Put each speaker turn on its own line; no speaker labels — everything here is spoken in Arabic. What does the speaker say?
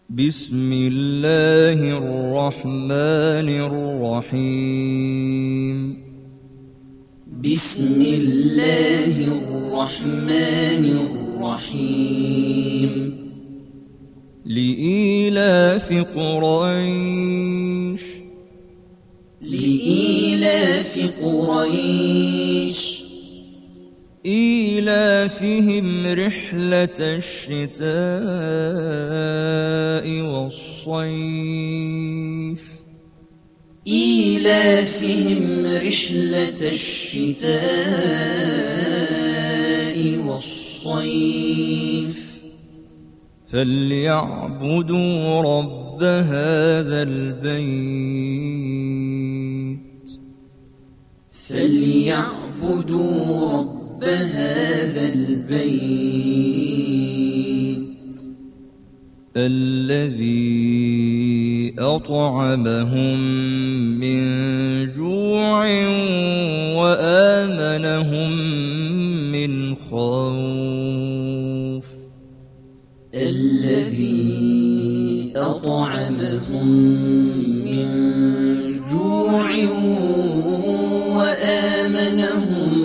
بسم الله الرحمن الرحيم.
بسم الله الرحمن الرحيم.
لإيلاف قريش
لإيلاف قريش
إيلافهم رحلة الشتاء والصيف
إيلافهم رحلة الشتاء والصيف
فليعبدوا رب هذا البيت
فليعبدوا رب هذا البيت
الذي أطعمهم من جوع وآمنهم من خوف
الذي أطعمهم من جوع وآمنهم